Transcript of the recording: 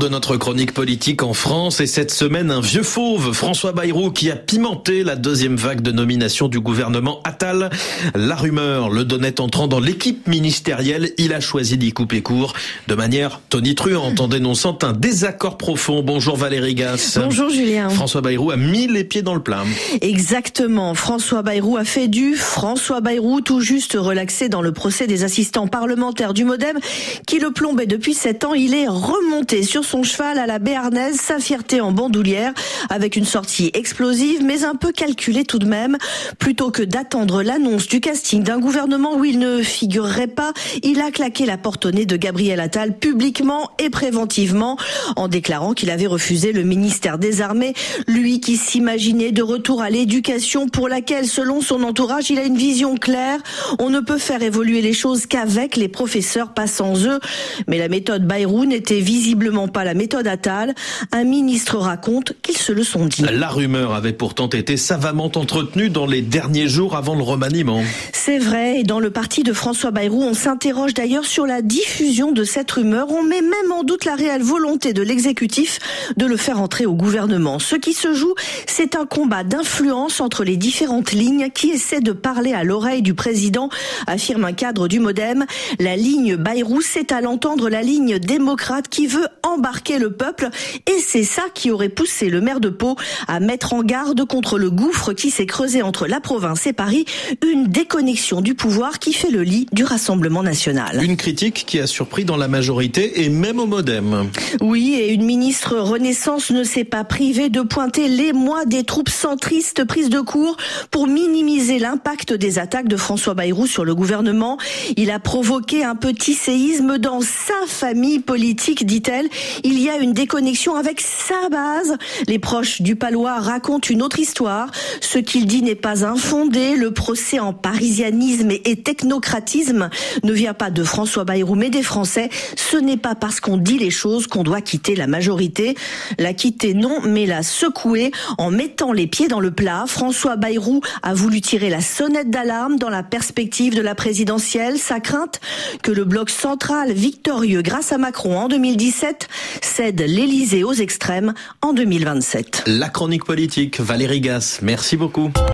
de notre chronique politique en France. Et cette semaine, un vieux fauve, François Bayrou, qui a pimenté la deuxième vague de nomination du gouvernement Attal. La rumeur le donnait entrant dans l'équipe ministérielle. Il a choisi d'y couper court de manière tonitruante en dénonçant un désaccord profond. Bonjour Valérie Gasse. Bonjour Julien. François Bayrou a mis les pieds dans le plat. Exactement. François Bayrou a fait du François Bayrou, tout juste relaxé dans le procès des assistants parlementaires du MoDem qui le plombait depuis 7 ans. Il est remonté sur son cheval à la béarnaise, sa fierté en bandoulière, avec une sortie explosive mais un peu calculée tout de même. Plutôt que d'attendre l'annonce du casting d'un gouvernement où il ne figurerait pas, il a claqué la porte au nez de Gabriel Attal publiquement et préventivement en déclarant qu'il avait refusé le ministère des Armées, lui qui s'imaginait de retour à l'éducation pour laquelle, selon son entourage, il a une vision claire. On ne peut faire évoluer les choses qu'avec les professeurs, pas sans eux. Mais la méthode Bayrou n'était visiblement pas la méthode Attal. Un ministre raconte qu'ils se le sont dit. La rumeur avait pourtant été savamment entretenue dans les derniers jours avant le remaniement. C'est vrai, et dans le parti de François Bayrou, on s'interroge d'ailleurs sur la diffusion de cette rumeur. On met même en doute la réelle volonté de l'exécutif de le faire entrer au gouvernement. Ce qui se joue, c'est un combat d'influence entre les différentes lignes qui essaient de parler à l'oreille du président, affirme un cadre du MoDem. La ligne Bayrou, c'est à l'entendre la ligne démocrate qui veut embarquer le peuple, et c'est ça qui aurait poussé le maire de Pau à mettre en garde contre le gouffre qui s'est creusé entre la province et Paris, une déconnexion du pouvoir qui fait le lit du Rassemblement national. Une critique qui a surpris dans la majorité et même au MoDem. Oui, et une ministre Renaissance ne s'est pas privée de pointer l'émoi des troupes centristes prises de court pour minimiser l'impact des attaques de François Bayrou sur le gouvernement. Il a provoqué un petit séisme dans sa famille politique, dit-elle. Il y a une déconnexion avec sa base. Les proches du Palois racontent une autre histoire. Ce qu'il dit n'est pas infondé. Le procès en parisianisme et technocratisme ne vient pas de François Bayrou mais des Français. Ce n'est pas parce qu'on dit les choses qu'on doit quitter la majorité. La quitter non, mais la secouer en mettant les pieds dans le plat. François Bayrou a voulu tirer la sonnette d'alarme dans la perspective de la présidentielle. Sa crainte que le bloc central victorieux grâce à Macron en 2017 cède l'Élysée aux extrêmes en 2027. La chronique politique, Valérie Gasse, merci beaucoup.